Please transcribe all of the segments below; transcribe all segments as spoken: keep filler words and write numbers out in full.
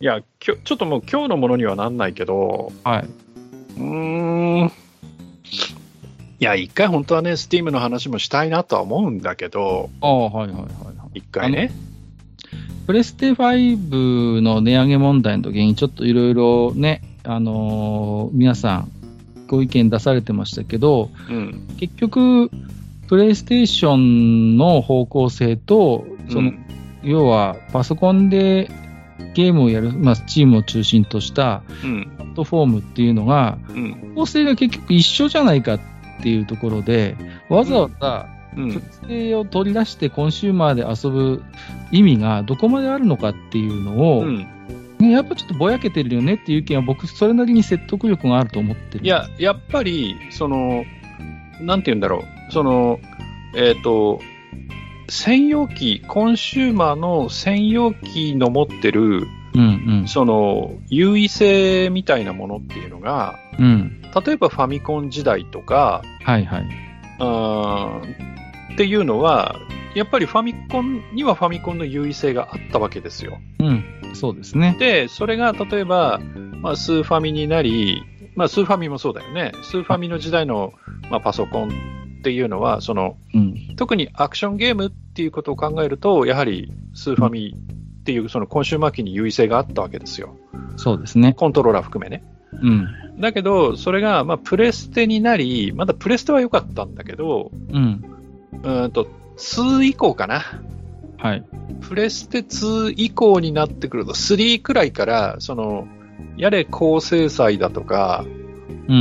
いやきょちょっともう今日のものにはなんないけど、 はい。 うーん。いや、一回本当はね、Steam の話もしたいなとは思うんだけど、 ああ、はいはいはい。 一回ね。 プレステファイブの値上げ問題の時にちょっといろいろね、あのー、皆さんご意見出されてましたけど、 うん、 結局、プレイステーションの方向性と、その、うん、要はパソコンでゲームをやる、まあ、チームを中心としたプラットフォームっていうのが、うん、方向性が結局一緒じゃないかっていうところで、わざわざ、プレステを取り出してコンシューマーで遊ぶ意味がどこまであるのかっていうのを、うん、ね、やっぱちょっとぼやけてるよねっていう意見は僕それなりに説得力があると思ってる。 いや、やっぱりそのなんて言うんだろう、そのえっと専用機、コンシューマーの専用機の持ってる、うんうん、その優位性みたいなものっていうのが、うん、例えばファミコン時代とか、はいはい、あっていうのはやっぱりファミコンにはファミコンの優位性があったわけですよ。 うん、そうですね。 で、それが例えば、まあ、スーファミになり、まあ、スーファミもそうだよね。スーファミの時代の、まあ、パソコンっていうのはその、うん、特にアクションゲームっていうことを考えるとやはりスーファミっていうそのコンシューマー機に優位性があったわけですよ。 そうですね。 コントローラー含めね。うん、だけどそれがまあプレステになり、まだプレステは良かったんだけど、うん、うんとに以降かな。はい。プレステに以降になってくるとさんくらいからそのやれ高精細だとか、うんうんうん、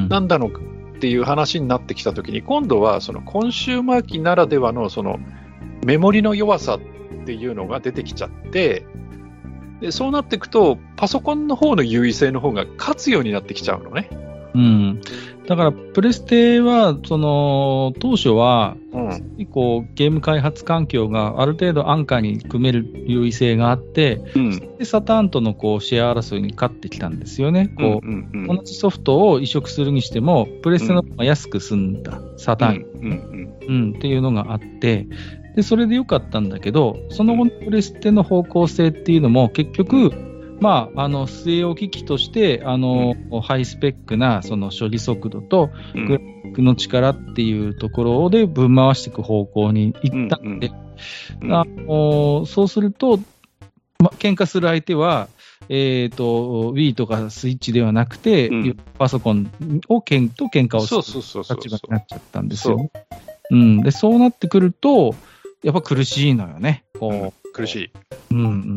なんだのっていう話になってきたときに今度はそのコンシューマー機ならではのそのメモリの弱さっていうのが出てきちゃって、でそうなっていくとパソコンの方の優位性の方が勝つようになってきちゃうのね。 うん、だからプレステはその当初は、うん、結構ゲーム開発環境がある程度安価に組める優位性があって、うん、でサターンとのこうシェア争いに勝ってきたんですよね。こう、うんうんうん、同じソフトを移植するにしてもプレステの方が安く済んだ、うん、サターン、うんうんうん、っていうのがあってでそれで良かったんだけどその後のプレステの方向性っていうのも結局まあ、あの据え置き機としてあの、うん、ハイスペックなその処理速度とグラフィックの力っていうところで分回していく方向に行ったんで、うんうん、あのそうすると、ま、喧嘩する相手は、えーと、Wii とかスイッチではなくて、うん、パソコンをけんと喧嘩をする立場になっちゃったんですよ。うん、でそうなってくるとやっぱ苦しいのよね。こう、うん苦しい、 うん、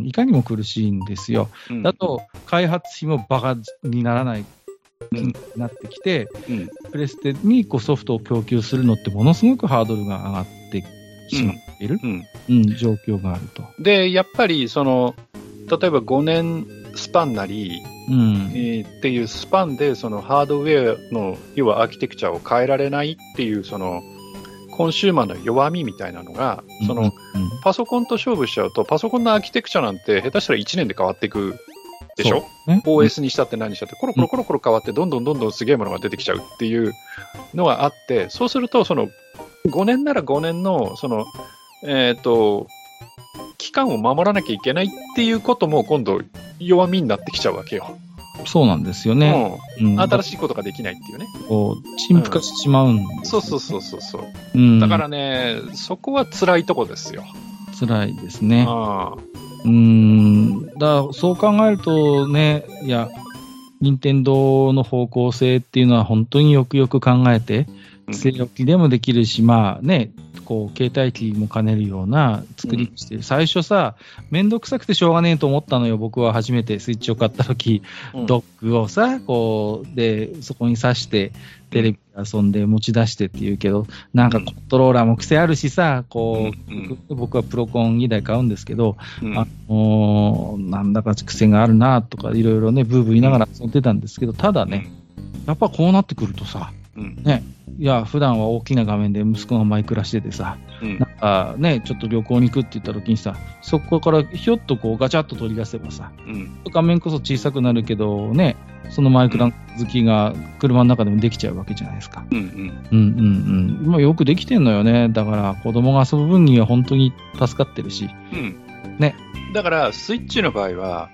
いかにも苦しいんですよ。うん、だと開発費もバカにならない、うん、なってきて、うん、プレステにこうソフトを供給するのってものすごくハードルが上がってしまっている、うんうん、状況があると。 でやっぱりその例えばごねんスパンなり、うんえー、っていうスパンでそのハードウェアの要はアーキテクチャを変えられないっていうそのコンシューマーの弱みみたいなのが、その、うんうん、パソコンと勝負しちゃうと、パソコンのアーキテクチャなんて下手したらいちねんで変わっていくでしょ、ね、オーエス にしたって何にしたって、コロコロコロコロ変わって、どんどんどんどんすげえものが出てきちゃうっていうのがあって、そうすると、そのごねんならごねんの、その、えっと、期間を守らなきゃいけないっていうことも今度弱みになってきちゃうわけよ。 そうなんですよね、 うんうん、新しいことができないっていうね。 こう陳腐化してしまうんです、ねうん、そうそうそうそうそう、うん、だからねそこは辛いとこですよ。 辛いですね。あうーんだそう考えるとねいや任天堂の方向性っていうのは本当によくよく考えて据え置きでもできるし、まあねこう携帯機も兼ねるような作りにして、うん、最初さめんどくさくてしょうがねえと思ったのよ。僕は初めてスイッチを買った時、うん、ドックをさこうでそこに挿してテレビ遊んで持ち出してっていうけどなんかコントローラーも癖あるしさこう、うん、僕はプロコンにだい買うんですけど、うん、あのー、なんだか癖があるなとかいろいろねブーブー言いながら遊んでたんですけどただねやっぱこうなってくるとさ、うんねいや普段は大きな画面で息子がマイクラしててさ、うん、なんかねちょっと旅行に行くって言った時にさそこからひょっとこうガチャッと取り出せばさ、うん、画面こそ小さくなるけどねそのマイクラ好きが車の中でもできちゃうわけじゃないですか。うんうんうんうんうん、まあ、よくできてんのよね。だから子供が遊ぶ分には本当に助かってるし、うん、ね。 だからスイッチの場合は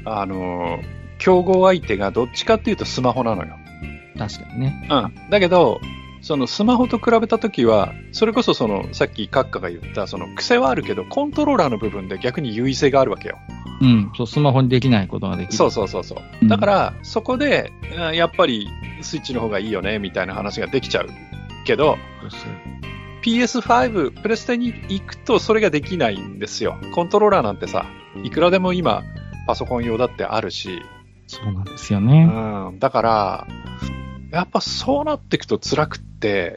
あの、競合相手がどっちかっていうとスマホなのよ。 確かにね。 うん。だけど、そのスマホと比べたときは、それこそその、さっきカッカが言った、その癖はあるけど、コントローラーの部分で逆に優位性があるわけよ。 うん。そう、スマホにできないことができる。 そうそうそうそう。うん、だから、そこで、やっぱりスイッチの方がいいよね、みたいな話ができちゃうけど、そうそう、ピーエスファイブ、プレステに行くとそれができないんですよ。コントローラーなんてさ、いくらでも今、パソコン用だってあるし。 そうなんですよね。 うん。だから、やっぱそうなっていくと辛くって、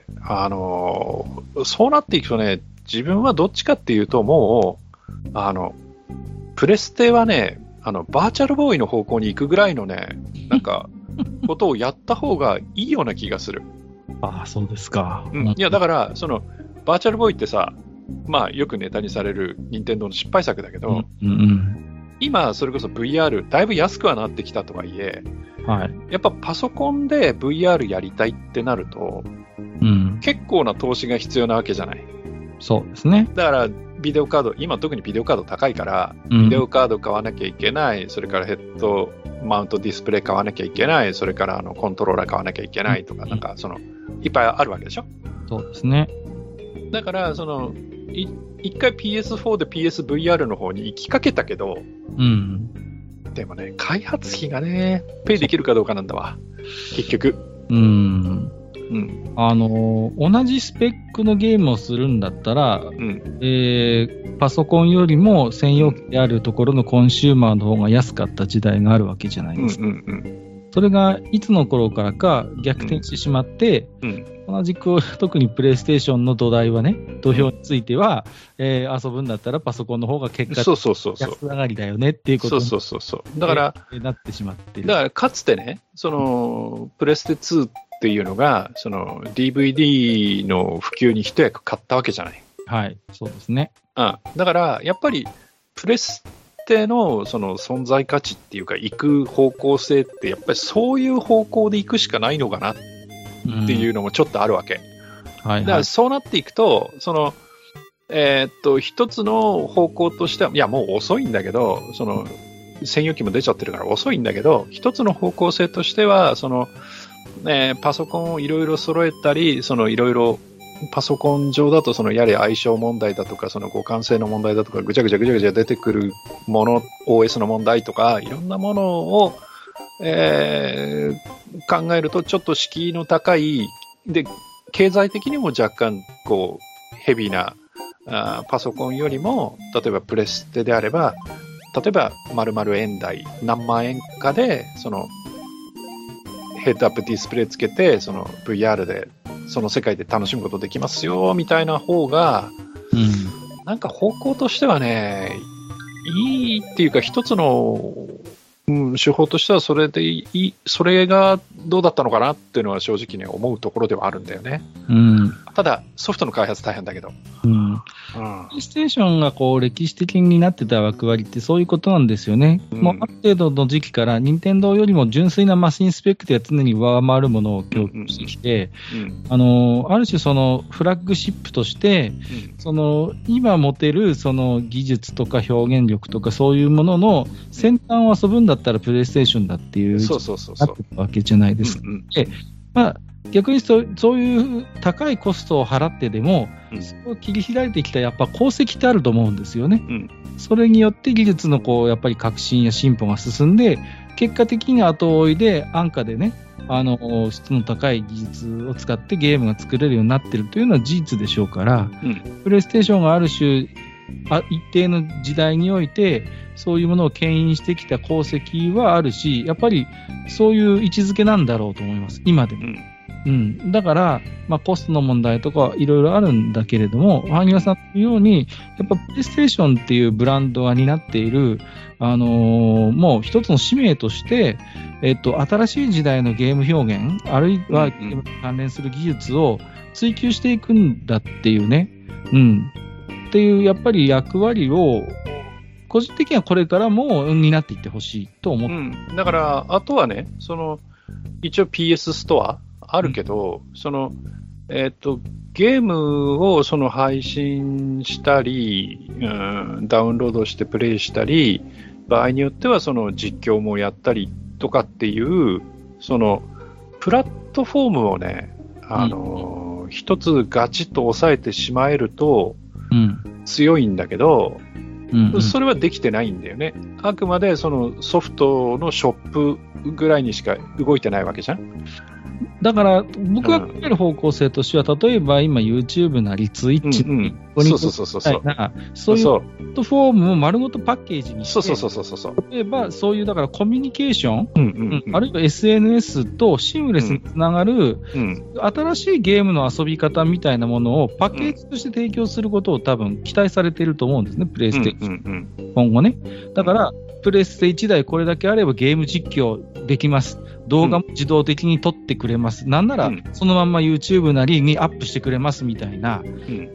あの、そうなっていくとね、自分はどっちかっていうともう、あの、プレステはね、あの、バーチャルボーイの方向に行くぐらいのね、なんか、ことをやった方がいいような気がする。 ああ、そうですか。 うん。いや、だから、その、バーチャルボーイってさ、まあ、よくネタにされる任天堂の失敗作だけど、うんうん、今、それこそ ブイアール、だいぶ安くはなってきたとはいえ、はい、やっぱパソコンで ブイアール やりたいってなると、うん、結構な投資が必要なわけじゃない。 そうですね。 だから、ビデオカード、今特にビデオカード高いから、うん、ビデオカード買わなきゃいけない、それからヘッドマウントディスプレイ買わなきゃいけない、それからあのコントローラー買わなきゃいけないとか、うん、なんかその、いっぱいあるわけでしょ。 そうですね。 だから、その、い一回 ピーエスフォー で ピーエスブイアール の方に行きかけたけど、うん、でもね、開発費がね、ペイできるかどうかなんだわ、結局。うん。 うん、あの同じスペックのゲームをするんだったら、うんえー、パソコンよりも専用機であるところのコンシューマーの方が安かった時代があるわけじゃないですか。うんうんうん、それがいつの頃からか逆転してしまって、うんうん、同じく特にプレイステーションの土台はね、土俵については、うんえー、遊ぶんだったらパソコンの方が結果的に安上がりだよねっていうことにだから、 えー、なってしまってる。 だからかつてね、そのプレステツーっていうのが、その ディーブイディー の普及に一役買ったわけじゃない。 はい、そうですね。 うん。だから、やっぱり、プレステのその存在価値っていうか、行く方向性って、やっぱりそういう方向で行くしかないのかなっていうのもちょっとあるわけ。うん、はい、はい。だから、そうなっていくと、その、えー、っと、一つの方向としては、いや、もう遅いんだけど、その、専用機も出ちゃってるから遅いんだけど、一つの方向性としては、その、えー、パソコンをいろいろ揃えたり、そのいろいろパソコン上だとそのやれ相性問題だとか、その互換性の問題だとか、ぐちゃぐちゃぐちゃぐちゃ出てくるもの、オーエス の問題とか、いろんなものを、えー、考えるとちょっと敷居の高い、で、経済的にも若干こう、ヘビーなあパソコンよりも、例えばプレステであれば、例えば〇〇円台、何万円かで、その、ヘッドアップディスプレイつけて、その ブイアール で、その世界で楽しむことできますよ、みたいな方が、うん、なんか方向としてはね、いいっていうか、一つの、うん、手法としてはそれでいい、それがどうだったのかなっていうのは正直ね、思うところではあるんだよね。うん、ただ、ソフトの開発大変だけど。うんプレイステーションがこう歴史的になってた役割ってそういうことなんですよね。うん、もうある程度の時期から任天堂よりも純粋なマシンスペックでは常に上回るものを供給してきて、うんうん、あのある種そのフラッグシップとして、うん、その今持てるその技術とか表現力とかそういうものの先端を遊ぶんだったらプレイステーションだっていうそうそうそうそうなってたわけじゃないですか。うんうん、でまあ逆にそ う, そういう高いコストを払ってでも、うん、それを切り開いてきたやっぱ功績ってあると思うんですよね。うん、それによって技術のこうやっぱり革新や進歩が進んで、結果的に後追いで安価でね、あの質の高い技術を使ってゲームが作れるようになっているというのは事実でしょうから、うん、プレイステーションがある種あ一定の時代においてそういうものを牽引してきた功績はあるし、やっぱりそういう位置づけなんだろうと思います、今でも。うんうん、だから、まあ、コストの問題とかいろいろあるんだけれども、萩原さんのように、やっぱプレイステーションっていうブランドが担っている、あのー、もう一つの使命として、えっと、新しい時代のゲーム表現、あるいはゲームに関連する技術を追求していくんだっていうね、うん、っていうやっぱり役割を、個人的にはこれからも担っていってほしいと思って、うん、 だから、あとはね、その、一応 ピーエス ストア、あるけど、うん、その、えっと、ゲームをその配信したり、うん、ダウンロードしてプレイしたり、 場合によってはその実況もやったりとかっていうそのプラットフォームをね、あのーうん、一つガチッと抑えてしまえると強いんだけど、うんうん、それはできてないんだよね。あくまでそのソフトのショップぐらいにしか動いてないわけじゃん。 だから僕が考える方向性としては、うん、例えば今 YouTube なり Twitch なり、 うんうん、そうそうそうそうそうそういうプラットフォームを丸ごとパッケージにして、 そうそうそうそうそう、 例えばそういうだからコミュニケーション、うんうんうん、あるいは エスエヌエス とシームレスにつながる、うんうん、新しいゲームの遊び方みたいなものをパッケージとして提供することを多分期待されていると思うんですね、プレイステーション、うんうんうん、今後ね。だからプレステいちだいこれだけあればゲーム実況できます。動画も自動的に撮ってくれます。うん、なんならそのまんま YouTube なりにアップしてくれますみたいな、うん、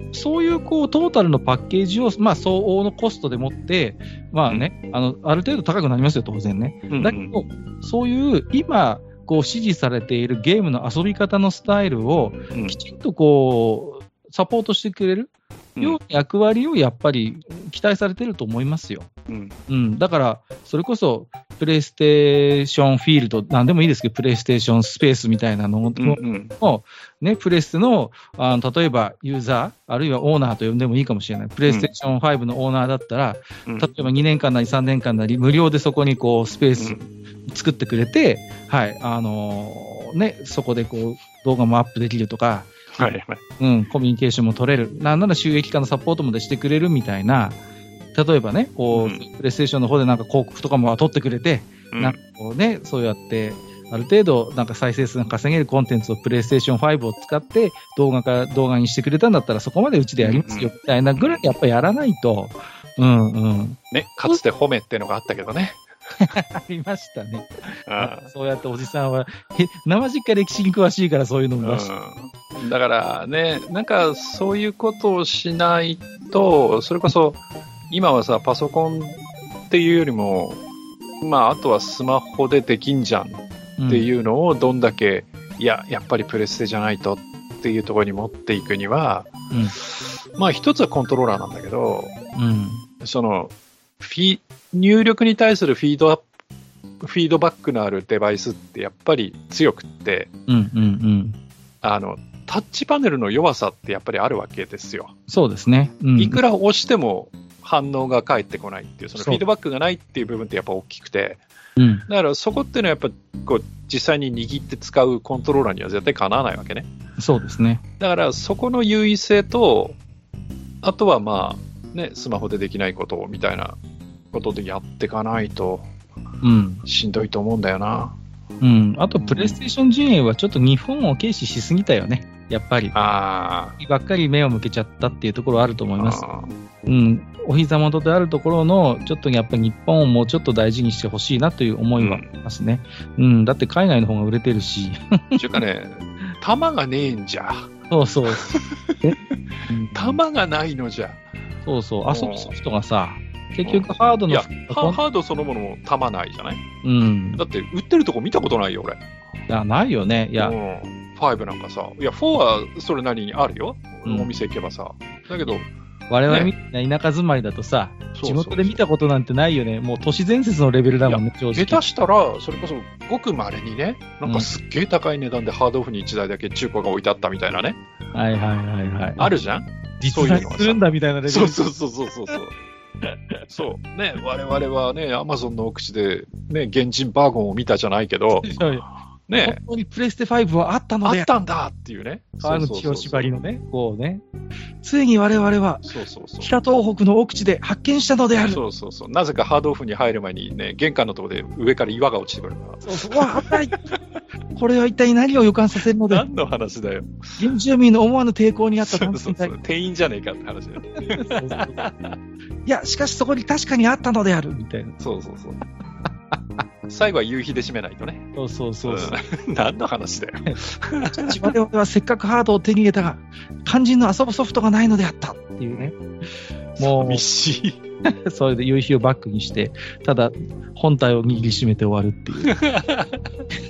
そういうこうトータルのパッケージを、まあ、相応のコストでもって、まあね、うん、あの、ある程度高くなりますよ、当然ね。うんうん、だけど、そういう今、こう支持されているゲームの遊び方のスタイルをきちんとこう、サポートしてくれる。よう役割をやっぱり期待されてると思いますよ。うんうん、だから、それこそ、プレイステーションフィールド、なんでもいいですけど、プレイステーションスペースみたいなのを、うんうんね、プレステの、あの、例えばユーザー、あるいはオーナーと呼んでもいいかもしれない。プレイステーションファイブのオーナーだったら、うん、例えばにねんかんなりさんねんかんなり、無料でそこにこう、スペース作ってくれて、うん、はい、あのー、ね、そこでこう、動画もアップできるとか、はいはい、うん、コミュニケーションも取れる。なんなら収益化のサポートまでしてくれるみたいな、例えばね、こう、うん、プレイステーションの方でなんか広告とかも取ってくれて、うん、なんかこうね、そうやって、ある程度なんか再生数が稼げるコンテンツをプレイステーションファイブを使って動画か、動画にしてくれたんだったらそこまでうちでやりますよ、みたいなぐらいやっぱりやらないと、うんうん。 ね、かつて褒めってのがあったけどね。 ありましたね。ああ、そうやっておじさんは、生実家歴史に詳しいからそういうのも出して、 うん。だからね、なんかそういうことをしないと、それこそ今はさ、パソコンっていうよりも、まああとはスマホでできんじゃんっていうのをどんだけ、うん、いや、やっぱりプレステじゃないとっていうところに持っていくには、うん、まあ一つはコントローラーなんだけど、うん、その、フィ入力に対するフィードアップ、フィードバックのあるデバイスってやっぱり強くって、うんうんうん、あのタッチパネルの弱さってやっぱりあるわけですよ。 そうですね。 うん、いくら押しても反応が返ってこないっていう、そのフィードバックがないっていう部分ってやっぱ大きくて、うん、だからそこっていうのはやっぱこう実際に握って使うコントローラーには絶対かなわないわけね。 そうですね。 だからそこの優位性と、あとはまあね、スマホでできないことみたいなことでやっていかないと、うん、しんどいと思うんだよな。 うん。あと、プレイステーション陣営はちょっと日本を軽視しすぎたよね。やっぱり。ああ。ばっかり目を向けちゃったっていうところあると思います。うん。お膝元であるところの、ちょっとやっぱり日本をもうちょっと大事にしてほしいなという思いはありますね。うん。うん、だって海外の方が売れてるし。 っていうかね、弾がねえんじゃ。 そうそう。 弾がないのじゃ。 そうそう。遊ぶソフトがさ、結局ハードの、いや、 ハードそのものも弾ないじゃない？うん。だって売ってるとこ見たことないよ、俺。いや、ないよね。いや、うん、 ファイブなんかさ、いや、フォーはそれなりにあるよ。うん、お店行けばさ。だけど、 我々みたいな田舎住まいだとさ、ね、地元で見たことなんてないよね。もう都市伝説のレベルだもんね、 正直。下手したら、それこそごく稀にね、なんかすっげえ高い値段でハードオフにいちだいだけ中古が置いてあったみたいなね。 はいはいはいはい。 あるじゃん？ 実在するんだみたいなレベル。 そうそうそうそうそう。そうね、我々はね、アマゾンの奥地で、ね、現人バーゴンを見たじゃないけど、 ね、本当にプレステファイブはあったのであったんだっていうね。 川口清縛りのね、こうね。ついに我々は、北東北の奥地で発見したのである。 そうそうそう。なぜかハードオフに入る前にね、玄関のところで上から岩が落ちてくるから。 そうそう。わ、危ない。これは一体何を予感させるので。 何の話だよ。 原住民の思わぬ抵抗にあったそうそうそう。店員じゃねえかって話だよ。そうそういや、しかしそこに確かにあったのである、みたいな。 そうそうそう。最後は夕日で締めないとね。 そうそうそうそう、 うん。何の話だよ。 我々はせっかくハードを手に入れたが、肝心の遊ぶソフトがないのであったっていうね。 もう。寂しい。 それで夕日をバックにして、ただ本体を握りしめて終わるっていう。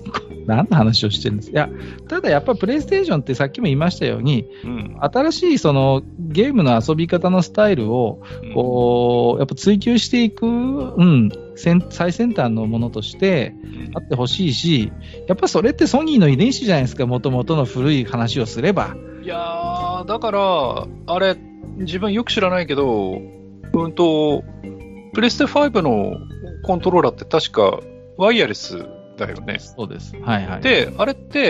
何の話をしてるんですか。いや、ただやっぱりプレイステーションってさっきも言いましたように、うん、新しいそのゲームの遊び方のスタイルをこう、うん、やっぱ追求していく、うん、最先端のものとしてあってほしいし、やっぱそれってソニーの遺伝子じゃないですか、もともとの古い話をすれば。 いやー、だから、あれ、自分よく知らないけど、うんと、プレステファイブのコントローラーって確かワイヤレスだよね。 そうです。はいはい。 で、あれって、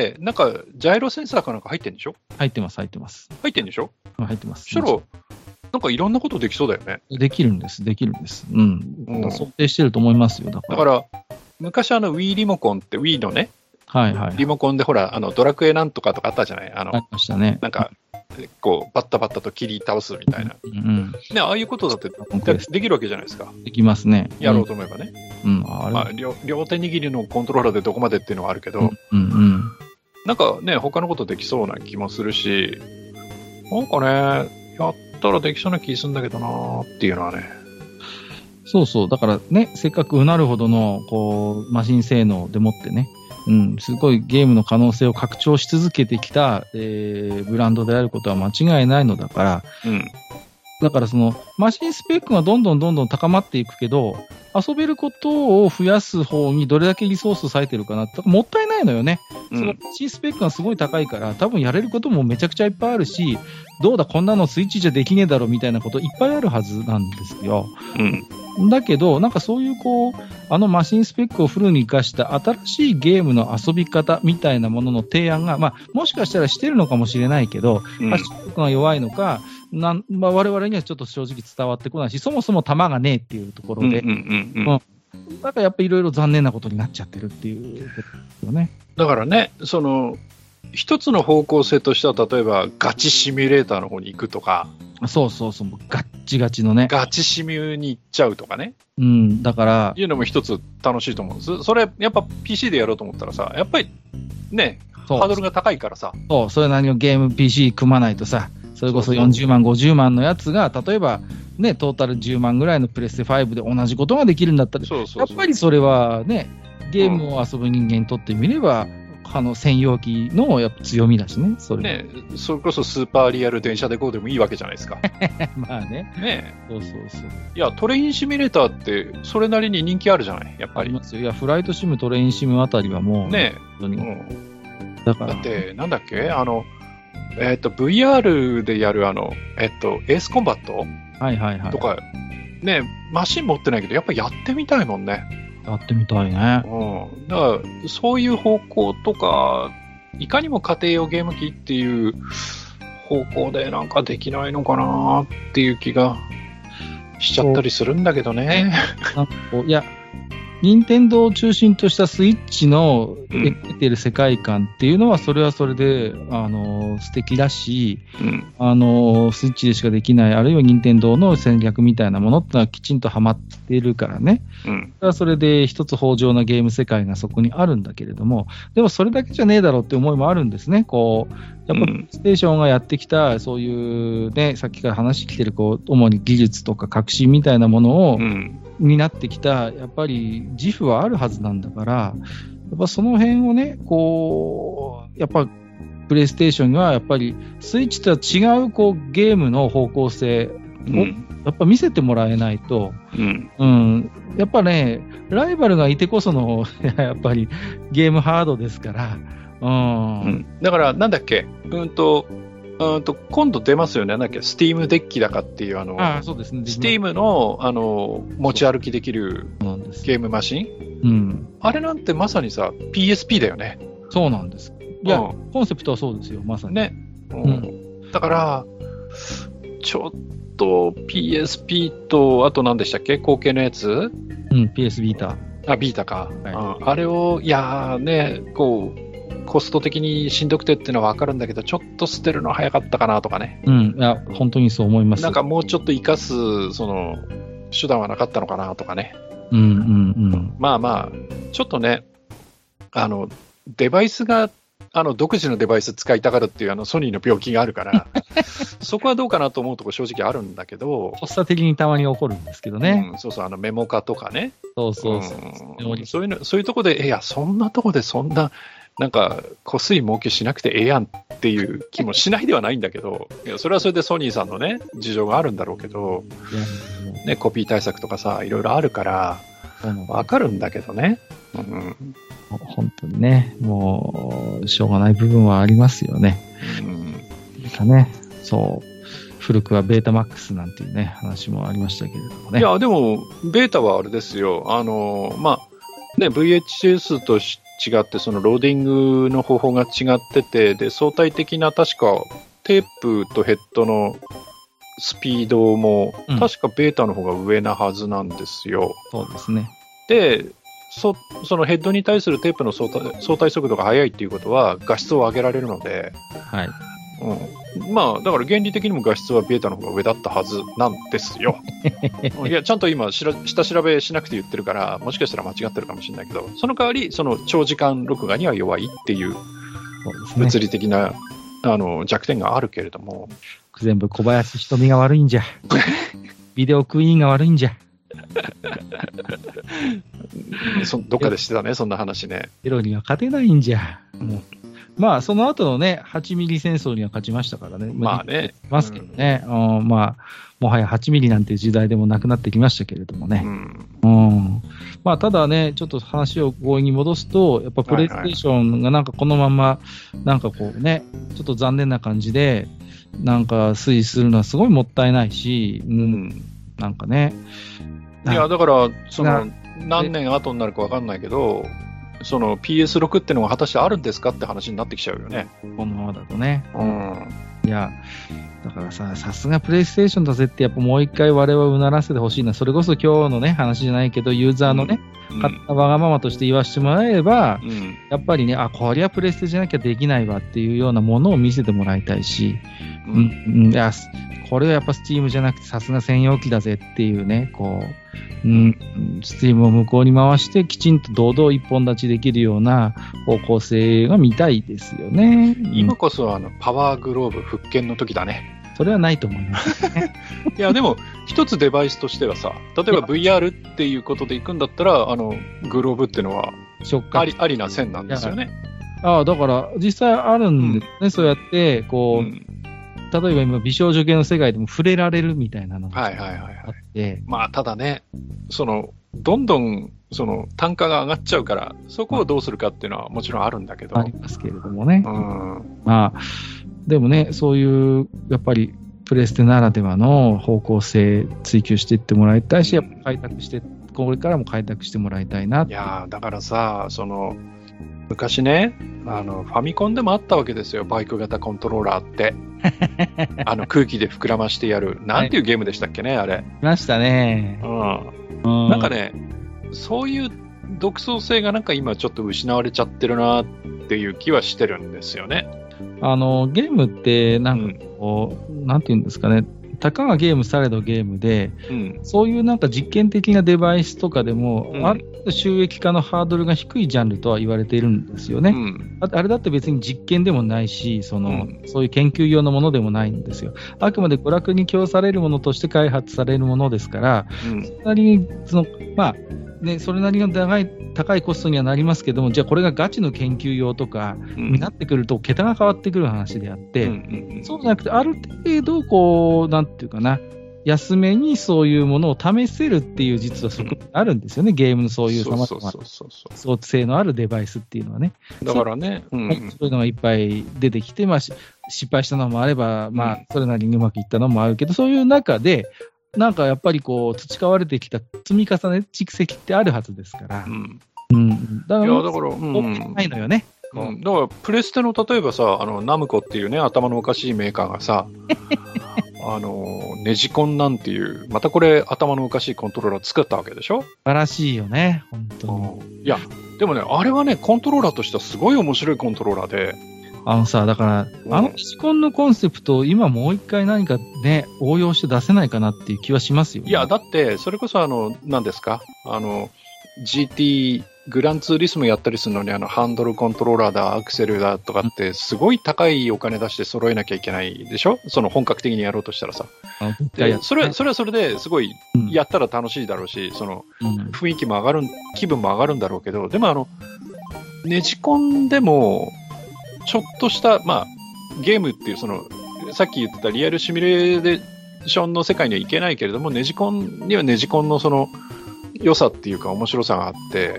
なんか、ジャイロセンサーかなんか入ってんでしょ？ 入ってます、入ってます。 入ってんでしょ？ 入ってます。 そしたら、なんかいろんなことできそうだよね。 できるんです、できるんです。うん。うん、想定してると思いますよ、だから。 だから、昔あの Wii リモコンって Wii のね、 はいはい、はい。 リモコンでほら、あの、ドラクエなんとかとかあったじゃない？あの、 ありましたね。 なんか、こう、バッタバッタと切り倒すみたいな。うん、うん。ね、ああいうことだってできるわけじゃないですか。 できますね。 やろうと思えばね。 うん。あれまあ、両、両手握りのコントローラーでどこまでっていうのはあるけど、 うん、うん、うん。 なんかね、他のことできそうな気もするし、なんかね、やったらできそうな気するんだけどなーっていうのはね。 そうそう。だからね、せっかくうなるほどの、こう、マシン性能でもってね、うん、すごいゲームの可能性を拡張し続けてきた、えー、ブランドであることは間違いないのだから、うん、だからその、マシンスペックがどんどんどんどん高まっていくけど、遊べることを増やす方にどれだけリソース割いてるかなって、もったいないのよね。うん、そのマシンスペックがすごい高いから、多分やれることもめちゃくちゃいっぱいあるし、どうだこんなのスイッチじゃできねえだろみたいなこといっぱいあるはずなんですよ。うん、だけど、なんかそういうこう、あのマシンスペックをフルに活かした新しいゲームの遊び方みたいなものの提案が、まあ、もしかしたらしてるのかもしれないけど、うん、発信力が弱いのか、なんまあ、我々にはちょっと正直伝わってこないし、そもそも弾がねえっていうところで、だからやっぱりいろいろ残念なことになっちゃってるっていうことですよね。 だからね、その、一つの方向性としては、例えばガチシミュレーターの方に行くとか、 そうそうそう、ガッチガチのね。 ガチシミュに行っちゃうとかね。 うん、だから。 いうのも一つ楽しいと思うんです。それ、やっぱ ピーシー でやろうと思ったらさ、やっぱりね、ハードルが高いからさ。 そう、それなりのゲーム ピーシー 組まないとさ、それこそよんじゅうまん、ごじゅうまんのやつが、例えば、ね、トータルじゅうまんぐらいのプレステファイブで同じことができるんだったら、そうそうそう、やっぱりそれはね、ゲームを遊ぶ人間にとってみれば、うんあの専用機のやっぱ強みだしね、それね、それこそスーパーリアル電車でこうでもいいわけじゃないですか。 まあね。 ねそうそうそう。 いや、トレインシミュレーターって、それなりに人気あるじゃない、やっぱり。 ありますよ。いや、フライトシム、トレインシムあたりはもう、 ね本当に。 うん、だから。だって、なんだっけ、あの、えっと、ブイアール でやる、あの、えっと、エースコンバットはいはいはい。 とか、ね、マシン持ってないけど、やっぱやってみたいもんね。 やってみたいね。 うん。だから、そういう方向とか、いかにも家庭用ゲーム機っていう方向でなんかできないのかなっていう気がしちゃったりするんだけどね。 なんかこういや、任天堂を中心としたスイッチの描いてる世界観っていうのは、それはそれで、あの、素敵だし、うん、あの、スイッチでしかできない、あるいは任天堂の戦略みたいなものってのはきちんとはまっているからね。うん、それはそれで一つ豊穣なゲーム世界がそこにあるんだけれども、でもそれだけじゃねえだろうって思いもあるんですね。こう、やっぱプレイステーションがやってきた、そういうね、さっきから話してきてる、こう、主に技術とか革新みたいなものを、うんになってきた、やっぱり自負はあるはずなんだから、やっぱその辺をね、こう、やっぱプレイステーションにはやっぱりスイッチとは違うこうゲームの方向性をやっぱ見せてもらえないと、うんうん、やっぱね、ライバルがいてこそのやっぱりゲームハードですから、うんうん、 だからなんだっけ、うんと、うんと今度出ますよね、なんだっけ、スティームデッキだかっていう、あの、 ああそうですね、 スティームの、あの持ち歩きできるゲームマシン、うん、あれなんてまさにさ、ピーエスピー だよね。 そうなんです。いや、うん、コンセプトはそうですよ、まさに。 ね。うんうん、だから、ちょっと ピーエスピー と、あと何でしたっけ、後継のやつ、 うん、ピーエス ビータ。 あ、ビータか。はい、うん、あれを、いやーね、こう、コスト的にしんどくてっていうのは分かるんだけど、ちょっと捨てるの早かったかなとかね。 うん、いや、本当にそう思います。 なんかもうちょっと生かす、その、手段はなかったのかなとかね。 うんうんうん。 まあまあ、ちょっとね、あの、デバイスが、あの、独自のデバイス使いたがるっていうあのソニーの病気があるから、そこはどうかなと思うところ正直あるんだけど。 発作的にたまに起こるんですけどね。 うん、そうそう、あのメモ化とかね。 そうそうそう。 うん、そういうの、そういうところで、いや、そんなとこでそんな、 なんか、こすい儲けしなくてええやんっていう気もしないではないんだけど、いやそれはそれでソニーさんのね、事情があるんだろうけど、ね、コピー対策とかさ、いろいろあるから、わかるんだけどね。うん、 本当にね、もう、しょうがない部分はありますよね。うん。なんかね、そう。古くはベータマックスなんていうね、話もありましたけれどもね。 いや、でも、ベータはあれですよ。あの、まあ、ね、ブイエイチエス とし違って、そのローディングの方法が違ってて、で、相対的な確かテープとヘッドのスピードも、確かベータの方が上なはずなんですよ。 うん、そうですね。 で、そ, そのヘッドに対するテープの相対、相対速度が速いっていうことは画質を上げられるので、 はい。 うん、まあ、だから原理的にも画質はベータの方が上だったはずなんですよ。いや、ちゃんと今しら、下調べしなくて言ってるから、もしかしたら間違ってるかもしれないけど、その代わり、その長時間録画には弱いっていう、物理的な、あの弱点があるけれども。 全部小林瞳が悪いんじゃ。ビデオクイーンが悪いんじゃ。 そどっかでしてたね、そんな話ね。 エロには勝てないんじゃ。もうまあ、その後のね、はちミリ戦争には勝ちましたからね。 まあね。 ますけどね。うん、まあ、もはやはちミリなんていう時代でもなくなってきましたけれどもね。うん。うん、まあ、ただね、ちょっと話を強引に戻すと、やっぱプレイステーションがなんかこのまま、なんかこうね、ちょっと残念な感じで、なんか推移するのはすごいもったいないし、うん、なんかね。 いや、だから、その、何年後になるかわかんないけど、その ピーエスシックス ってのが果たしてあるんですかって話になってきちゃうよね。 このままだとね。 うん。 いや、だからさ、さすがプレイステーションだぜってやっぱもう一回我々をうならせてほしいな。それこそ今日のね、話じゃないけど、ユーザーのね、うん、勝手なわがままとして言わせてもらえれば、うん、やっぱりね、あ、こりゃプレステじゃなきゃできないわっていうようなものを見せてもらいたいし、うん、うん、いや、これはやっぱスチームじゃなくてさすが専用機だぜっていうね、こう、うん、スチームを向こうに回してきちんと堂々一本立ちできるような方向性が見たいですよね。 今こそあのパワーグローブ復権の時だね。 それはないと思います、ね。 いや、でも、一つデバイスとしてはさ、例えば ブイアール っていうことでいくんだったら、あの、グローブっていうのは、あり、ありな線なんですよね。 ああ、だから、実際あるんですね、うん、そうやって、こう、うん、例えば今、美少女系の世界でも触れられるみたいなのがあって、はいはいはいはい、 まあ、ただね、その、どんどん、その、単価が上がっちゃうから、そこをどうするかっていうのはもちろんあるんだけど。 ありますけれどもね。うん。まあ、でもね、そういう、やっぱり、プレステならではの方向性追求していってもらいたいし、やっぱ開拓して、これからも開拓してもらいたいな。 いやー、だからさ、その、昔ね、あの、ファミコンでもあったわけですよ、バイク型コントローラーって。あの、空気で膨らましてやる。なんていうゲームでしたっけね、あれ。 いましたね。 うん。なんかね、そういう独創性がなんか今ちょっと失われちゃってるなっていう気はしてるんですよね。 あの、ゲームって、なんかこう、うん、なんていうんですかね、たかがゲームされどゲームで、うん、そういうなんか実験的なデバイスとかでも、うん、ある収益化のハードルが低いジャンルとは言われているんですよね。うん、あれだって別に実験でもないし、その、うん、そういう研究用のものでもないんですよ。あくまで娯楽に供されるものとして開発されるものですから、うん、それなりに、その、まあ、ね、それなりの高い、高いコストにはなりますけども、じゃあこれがガチの研究用とかになってくると、桁が変わってくる話であって、うんうんうん、そうじゃなくて、ある程度、こう、なんていうかな、安めにそういうものを試せるっていう実はそこにあるんですよね、うん、ゲームのそういう様々な創性のあるデバイスっていうのはね。 だからね、 そう、うんうん、そういうのがいっぱい出てきて、まあ、失敗したのもあれば、まあ、それなりにうまくいったのもあるけど、そういう中で、なんかやっぱりこう培われてきた積み重ね蓄積ってあるはずですから、うんうん、だから、いやだから、うん、ないのよね。 うん、だからプレステの例えばさ、あのナムコっていうね頭のおかしいメーカーがさ、あのネジコンなんていうまたこれ頭のおかしいコントローラー作ったわけでしょ。 素晴らしいよね、本当に。いやでもねあれはねコントローラーとしてはすごい面白いコントローラーで。 あのさ、だから、うん、あのネジコンのコンセプトを今もう一回何かね、応用して出せないかなっていう気はしますよ、ね。 いや、だって、それこそあの、何ですかあの、ジーティー、グランツーリスムやったりするのに、あの、ハンドルコントローラーだ、アクセルだとかって、すごい高いお金出して揃えなきゃいけないでしょ、その本格的にやろうとしたらさ。でそれ、それはそれですごい、やったら楽しいだろうし、その、雰囲気も上がる、気分も上がるんだろうけど、でもあの、 ネジコンでも、ちょっとした、まあ、ゲームっていう、その、さっき言ってたリアルシミュレーションの世界にはいけないけれども、ネジコンにはネジコンのその、良さっていうか面白さがあって、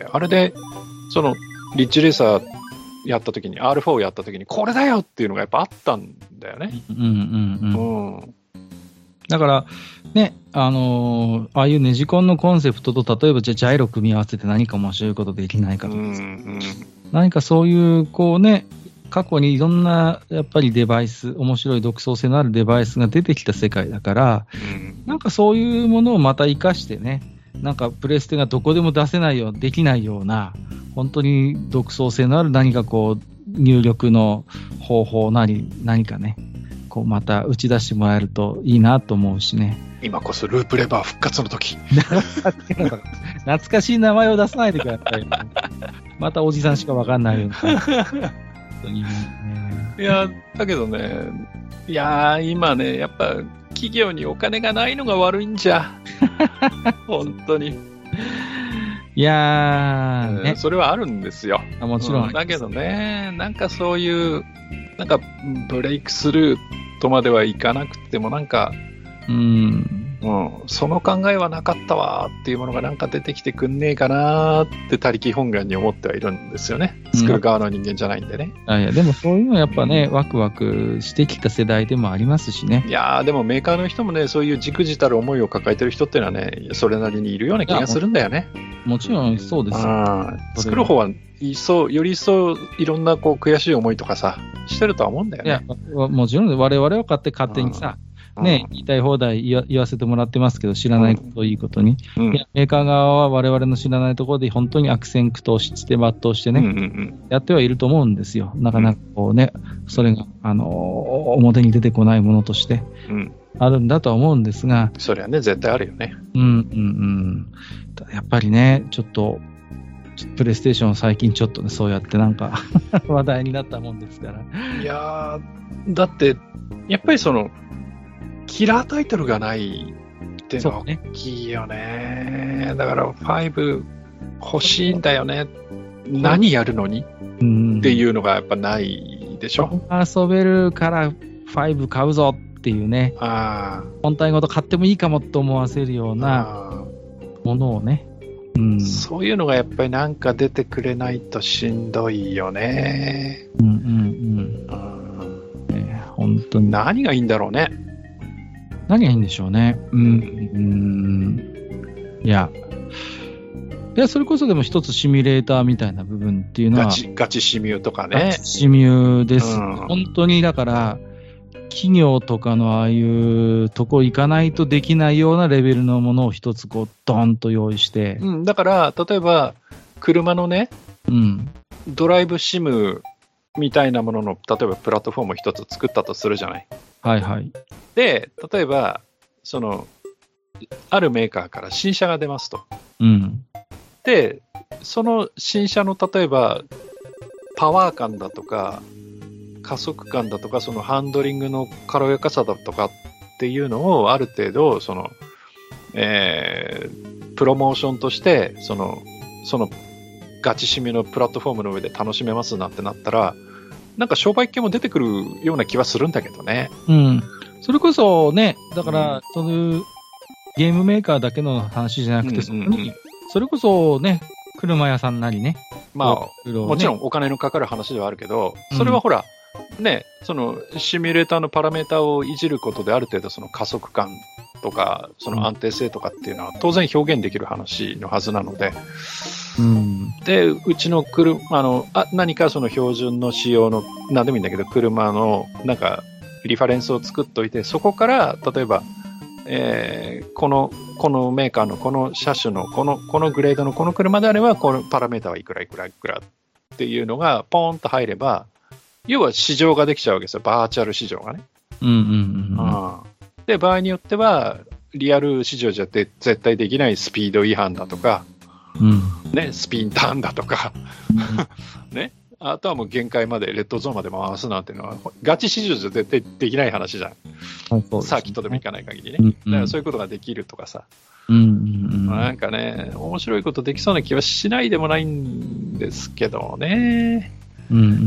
あれで、その、リッチレーサーやった時に、アールフォー やった時に、これだよっていうのがやっぱあったんだよね。 うんうんうん。うん、だから、ね、あのー、ああいうネジコンのコンセプトと、例えばじゃあジャイロ組み合わせて何か面白いことできないかとか、うんうん、何かそういう、こうね、過去にいろんなやっぱりデバイス、面白い独創性のあるデバイスが出てきた世界だから、うん、なんかそういうものをまた活かしてね、なんかプレステがどこでも出せないよう、できないような、本当に独創性のある何かこう、入力の方法なり、何かね、こうまた打ち出してもらえるといいなと思うしね。 今こそループレバー復活の時。 懐かしい名前を出さないでください。またおじさんしかわかんないような。本当にね。 いや、だけどね、いやー、今ね、やっぱ企業にお金がないのが悪いんじゃ。本当に。 いやー、ね、 それはあるんですよ。 もちろん、うん。 だけどね、なんかそういう、なんかブレイクスルーとまではいかなくても、なんか、うん、うん、その考えはなかったわっていうものがなんか出てきてくんねえかなって他力本願に思ってはいるんですよね。作る側の人間じゃないんでね。 うん、いやでもそういうのはやっぱね、うん、ワクワクしてきた世代でもありますしね。 いやーでもメーカーの人もね、そういう忸怩たる思いを抱えてる人っていうのはね、それなりにいるような気がするんだよね。 もちろんそうですよ。 あ作る方はいそうより一層いろんなこう悔しい思いとかさしてるとは思うんだよね。 いやもちろん我々は買って勝手にさ、ね、言いたい放題言わ、言わせてもらってますけど、知らないことをいいことに、うん、いやメーカー側は我々の知らないところで本当に悪戦苦闘して、抜刀してね、うんうんうん、やってはいると思うんですよ。なかなかこうね、それが、あのー、表に出てこないものとして、あるんだとは思うんですが、 それはね、絶対あるよね。 うんうんうん。やっぱりね、ちょっと、プレイステーション最近ちょっとね、そうやってなんか話題になったもんですから。 いやー、だって、やっぱりその、キラータイトルがないっていうのは大きいよね。ねだから、ファイブ欲しいんだよね。何やるのに、うん、っていうのがやっぱないでしょ。 遊べるからファイブ買うぞっていうね。あ本体ごと買ってもいいかもと思わせるようなものをね。うん、 そういうのがやっぱりなんか出てくれないとしんどいよね。 うんうんうん。ね、本当に。 何がいいんだろうね。 何がいいんでしょうね。うん。うん、いや。いや、それこそでも一つシミュレーターみたいな部分っていうのは。 ガチ、ガチシミュとかね。 ガチシミュです。うん、本当にだから、企業とかのああいうとこ行かないとできないようなレベルのものを一つこうドーンと用意して、 うん、だから例えば車のね、うん、ドライブシムみたいなものの例えばプラットフォームを一つ作ったとするじゃない。 はいはい。 で例えばそのあるメーカーから新車が出ますと、うん、でその新車の例えばパワー感だとか加速感だとかそのハンドリングの軽やかさだとかっていうのをある程度その、えー、プロモーションとしてそのそのガチシミのプラットフォームの上で楽しめますなんてなったらなんか商売系も出てくるような気はするんだけどね。 うん。それこそねだから、うん、そのゲームメーカーだけの話じゃなくて、うんうんうん、それこそね車屋さんなりねまあ、ね、もちろんお金のかかる話ではあるけどそれはほら、うんね、そのシミュレーターのパラメータをいじることである程度その加速感とかその安定性とかっていうのは当然表現できる話のはずなので、うん、でうちの車あのあ何かその標準の仕様の何でもいいんだけど車のなんかリファレンスを作っといてそこから例えば、えー、このこのメーカーのこの車種のこのこのグレードのこの車であればこのパラメータはいくらいくらいくらっていうのがポーンと入れば要は市場ができちゃうわけですよ。バーチャル市場がね。うんうんうんうん、で、場合によっては、リアル市場じゃ絶対できないスピード違反だとか、うんね、スピンターンだとか、うんね、 あとはもう限界までレッドゾーンまで回すなんていうのはガチ市場じゃ絶対できない話じゃん、はいね、サーキットでもいかない限りね、うんうん、だからそういうことができるとかさ、うんうんうんまあ、なんかね面白いことできそうな気はしないでもないんですけどね、うんうんうん、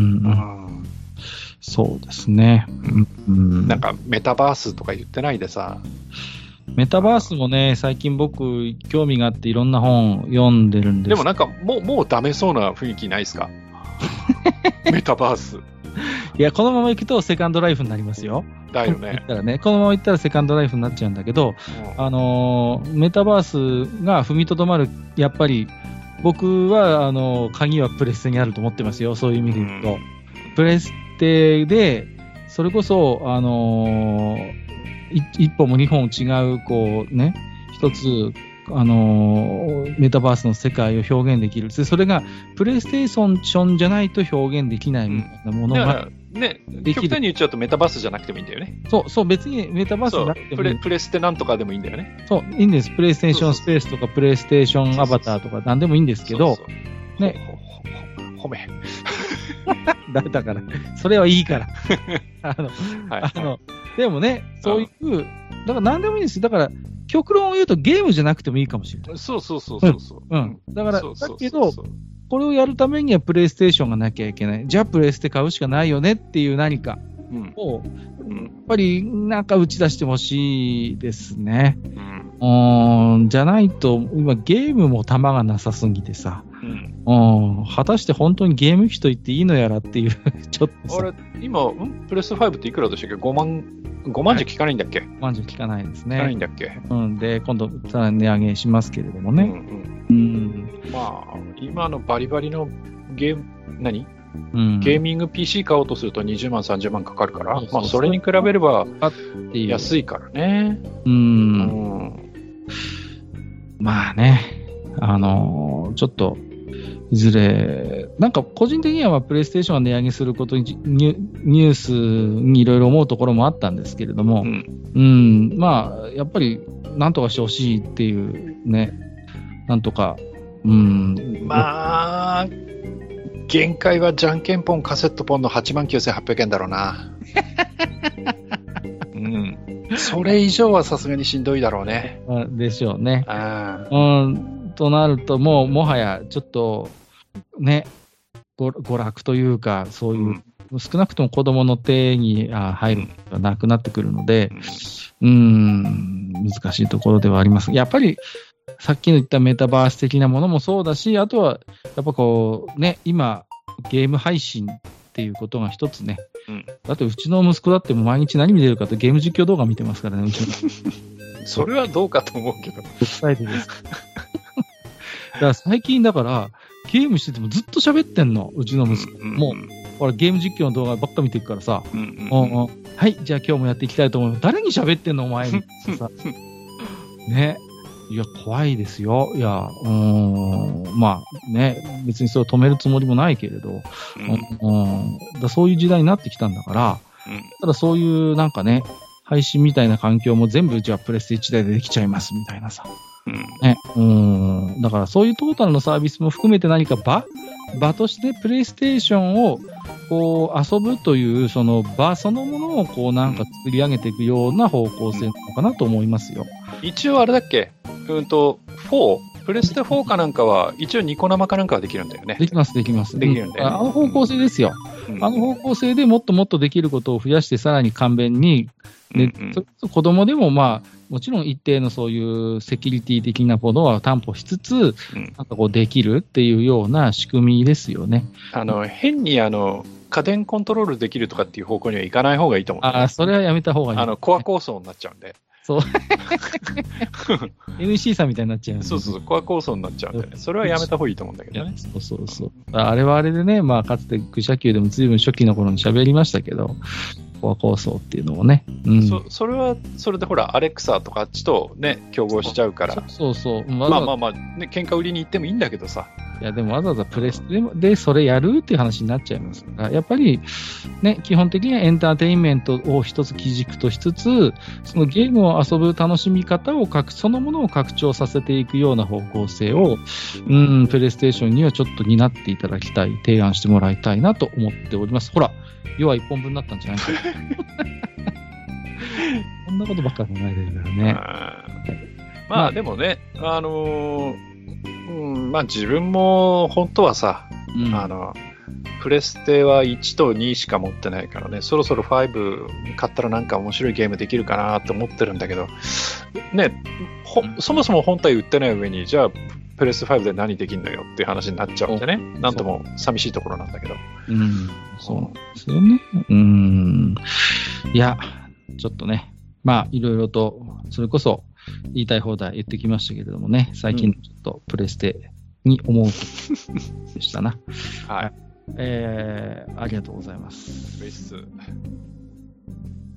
そうですね、 うん、なんかメタバースとか言ってないでさ、 メタバースもね、最近僕、興味があっていろんな本読んでるんです。 でもなんか、もう、もうダメそうな雰囲気ないですかメタバース。 いや、このまま行くとセカンドライフになりますよ。 だよね。 ったらねこのまま行ったらセカンドライフになっちゃうんだけど、うん、あのー、メタバースが踏みとどまる、やっぱり、僕は、あのー、鍵はプレステにあると思ってますよ。そういう意味で言うと。うん、プレステで、それこそ、あのー、一歩も二本違う、こうね、一つ、あのー、メタバースの世界を表現できる。それが、プレイステーションじゃないと表現できないみたいなものが、 うん、ね、極端に言っちゃうとメタバースじゃなくてもいいんだよね。 そう、そう、別にメタバースじゃなくてもいい。 プレ、プレステなんとかでもいいんだよね。 そう、いいんです。プレイステーションスペースとか、プレイステーションアバターとか、なんでもいいんですけど、そうそうそうね。 ほ、ほ、ほ、褒め。 だだから、それはいいから。あの、はい、あの、でもね、そういう、だから何でもいいんですよ。だから、極論を言うとゲームじゃなくてもいいかもしれない。 そうそうそうそうそう。 うん。うん、だから、だけど、これをやるためにはプレイステーションがなきゃいけない。じゃあプレイステ買うしかないよねっていう何かを、うん、やっぱりなんか打ち出してほしいですね。うん、うんじゃないと、今ゲームも弾がなさすぎてさ、うん、うん果たして本当にゲーム機と言っていいのやらっていう、ちょっとさ。 あれ、今、んプレステファイブっていくらでしたっけ ?ごまん、ごまんじゃ効かないんだっけ、はい、 ごまんじゃ効かないですね。 効かないんだっけうん。で、今度、さらに値上げしますけれどもね。うん、うんうん、 まあ、今のバリバリのゲーム、何、うん、ゲーミング ピーシー 買おうとするとにじゅうまん、さんじゅうまんかかるから、そうそうそうまあ、それに比べれば安いからね。うん。うん、 まあね、あのー、ちょっと、いずれ、なんか個人的にはプレイステーションが値上げすることにニュ、ニュースにいろいろ思うところもあったんですけれども、うん、うん、まあ、やっぱり、なんとかしてほしいっていうね、なんとか、うん。 まあ、限界はじゃんけんポン、カセットポンのはちまんきゅうせんはっぴゃくえんだろうな。うん。それ以上はさすがにしんどいだろうね。 でしょうね。あうん。となると、もう、もはや、ちょっと、ね、娯楽というか、そういう、うん、少なくとも子供の手に入るのがなくなってくるので、うん、うん難しいところではあります。やっぱり、さっきの言ったメタバース的なものもそうだし、あとは、やっぱこう、ね、今、ゲーム配信っていうことが一つね、うん、だってうちの息子だっても毎日何見てるかとゲーム実況動画見てますからね、うちの。 それはどうかと思うけど。 伝えてです。だから最近だから、ゲームしててもずっと喋ってんの、うちの息子。うんうん、もう、ほら、ゲーム実況の動画ばっか見てるからさ、うんうんうん、はい、じゃあ今日もやっていきたいと思う。誰に喋ってんの、お前に。さね。いや、怖いですよ。いや、うーん、まあね、別にそれを止めるつもりもないけれど、うん、うん、だそういう時代になってきたんだから、うん、ただそういうなんかね、配信みたいな環境も全部じゃあプレステいちだいでできちゃいますみたいなさ。うんね、うんだからそういうトータルのサービスも含めて何か場場としてプレイステーションをこう遊ぶというその場そのものをこうなんか作り上げていくような方向性なのかなと思いますよ。 一応あれだっけうんとフォープレステフォーかなんかは一応ニコ生かなんかはできるんだよね。 できますできます。 できるんだよね、 うん、あの方向性ですよ、うん、あの方向性でもっともっとできることを増やしてさらに簡便にで、うんうん、子供でもまあもちろん一定のそういうセキュリティ的なものは担保しつつ、うん、なんかこうできるっていうような仕組みですよね。 あの変にあの家電コントロールできるとかっていう方向にはいかない方がいいと思う、ね。 ああ、それはやめた方がいい、ね。 あのコア構想になっちゃうんで。 そう。エヌイーシー さんみたいになっちゃう、ね。 そうそうそう、コア構想になっちゃうんでね。それはやめた方がいいと思うんだけどね。 そうそうそう。あれはあれでね、まあかつて愚者級でも随分初期の頃に喋りましたけど。コア構想っていうのもね、 うん、そ, それはそれでほらアレクサとかあっちとね競合しちゃうからそうそうそう、 まあまあまあ、ね、喧嘩売りに行ってもいいんだけどさいや、でもわざわざプレステでそれやるっていう話になっちゃいますから、やっぱりね、基本的にはエンターテインメントを一つ基軸としつつ、そのゲームを遊ぶ楽しみ方を拡、そのものを拡張させていくような方向性を、うん、プレイステーションにはちょっと担っていただきたい、提案してもらいたいなと思っております。ほら、要は一本分になったんじゃないか。こんなことばっかり考えてるからね。 まあ、まあ、でもね、あのー、うん、まあ自分も本当はさ、うん、あの、プレステはいちとにしか持ってないからね、そろそろご買ったらなんか面白いゲームできるかなと思ってるんだけど、ね、ほそもそも本体売ってない上に、じゃあプレステごで何できるのよっていう話になっちゃうんでね、なんとも寂しいところなんだけど。 うん、そうなんですよね。うん、いや、ちょっとね、まあいろいろと、それこそ言いたい放題言ってきましたけれどもね、最近ちょっとプレステに思うことでしたな。 はい。 えー、ありがとうございます。 ういっす。